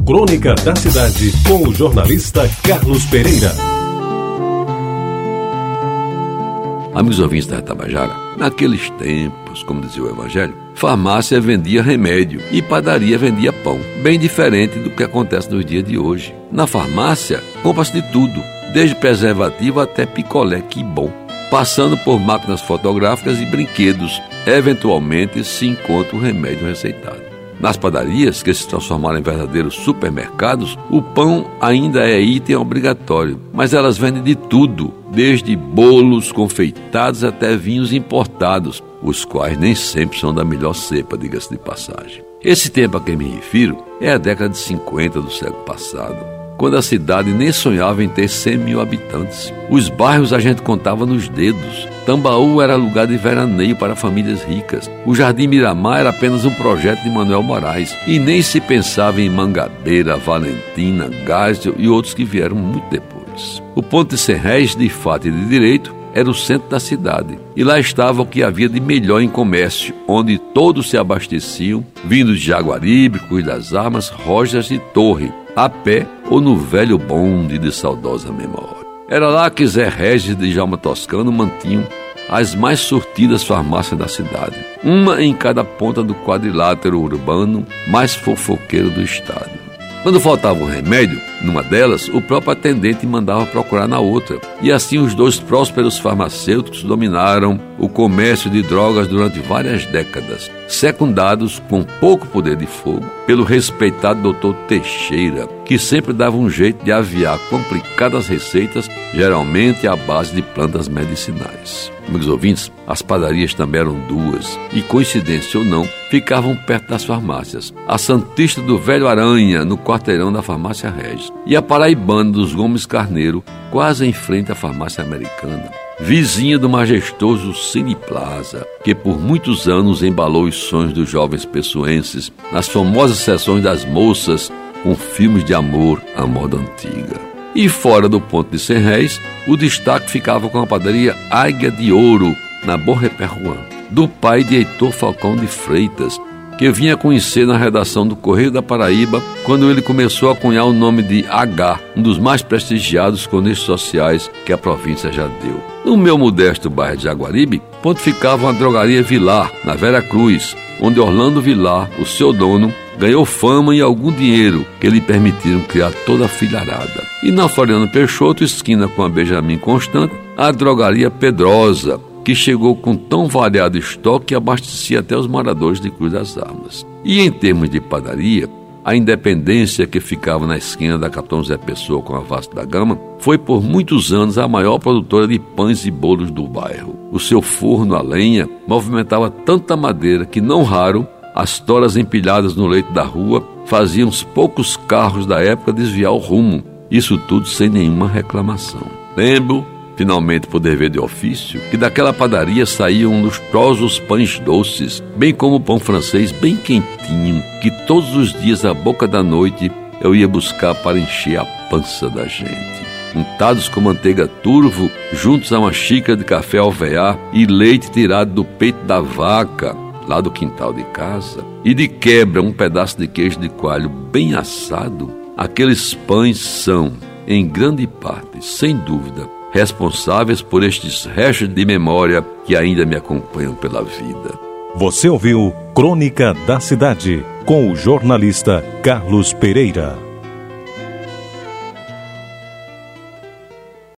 Crônica da Cidade, com o jornalista Carlos Pereira. Amigos ouvintes da Tabajara, naqueles tempos, como dizia o Evangelho, farmácia vendia remédio e padaria vendia pão, bem diferente do que acontece nos dias de hoje. Na farmácia, compra-se de tudo, desde preservativo até picolé, que bom, passando por máquinas fotográficas e brinquedos. Eventualmente se encontra o remédio receitado. Nas padarias, que se transformaram em verdadeiros supermercados, o pão ainda é item obrigatório, mas elas vendem de tudo, desde bolos confeitados até vinhos importados, os quais nem sempre são da melhor cepa, diga-se de passagem. Esse tempo a que me refiro é a década de 50 do século passado, quando a cidade nem sonhava em ter 100 mil habitantes. Os bairros a gente contava nos dedos. Tambaú era lugar de veraneio para famílias ricas. O Jardim Miramar era apenas um projeto de Manuel Moraes. E nem se pensava em Mangabeira, Valentina, Gássio e outros que vieram muito depois. O Ponto de Serrés, de fato e de direito, era o centro da cidade. E lá estava o que havia de melhor em comércio, onde todos se abasteciam, vindos de Jaguaribe, Cruz das Armas, Rojas e Torre, a pé ou no velho bonde de saudosa memória. Era lá que Zé Regis e Djalma Toscano mantinham as mais sortidas farmácias da cidade, uma em cada ponta do quadrilátero urbano mais fofoqueiro do estado. Quando faltava um remédio, numa delas, o próprio atendente mandava procurar na outra. E assim os dois prósperos farmacêuticos dominaram o comércio de drogas durante várias décadas, secundados com pouco poder de fogo pelo respeitado Dr. Teixeira, que sempre dava um jeito de aviar complicadas receitas, geralmente à base de plantas medicinais. Amigos ouvintes, as padarias também eram duas e, coincidência ou não, ficavam perto das farmácias. A Santista do Velho Aranha, no quarteirão da Farmácia Regis, e a Paraibana dos Gomes Carneiro, quase em frente à Farmácia Americana, vizinha do majestoso Cine Plaza, que por muitos anos embalou os sonhos dos jovens pessoenses nas famosas sessões das moças com filmes de amor à moda antiga. E fora do Ponto de Serrés, o destaque ficava com a padaria Águia de Ouro, na Borreperruan, do pai de Heitor Falcão de Freitas, que eu vinha conhecer na redação do Correio da Paraíba, quando ele começou a cunhar o nome de H, um dos mais prestigiados cronistas sociais que a província já deu. No meu modesto bairro de Jaguaribe, pontificava uma drogaria Vilar, na Vera Cruz, onde Orlando Vilar, o seu dono, ganhou fama e algum dinheiro que lhe permitiram criar toda a filharada. E na Floriano Peixoto, esquina com a Benjamin Constant, a drogaria Pedrosa, que chegou com tão variado estoque que abastecia até os moradores de Cruz das Armas. E em termos de padaria, a Independência, que ficava na esquina da Capitão Zé Pessoa com a Vasco da Gama, foi por muitos anos a maior produtora de pães e bolos do bairro. O seu forno a lenha movimentava tanta madeira que, não raro, as toras empilhadas no leito da rua faziam os poucos carros da época desviar o rumo. Isso tudo sem nenhuma reclamação. Lembro, finalmente por dever de ofício, que daquela padaria saíam lustrosos pães doces, bem como o pão francês bem quentinho, que todos os dias à boca da noite eu ia buscar para encher a pança da gente. Untados com manteiga turvo, juntos a uma xícara de café alvear e leite tirado do peito da vaca, lá do quintal de casa, e de quebra um pedaço de queijo de coalho bem assado, aqueles pães são, em grande parte, sem dúvida, responsáveis por estes restos de memória que ainda me acompanham pela vida. Você ouviu Crônica da Cidade, com o jornalista Carlos Pereira.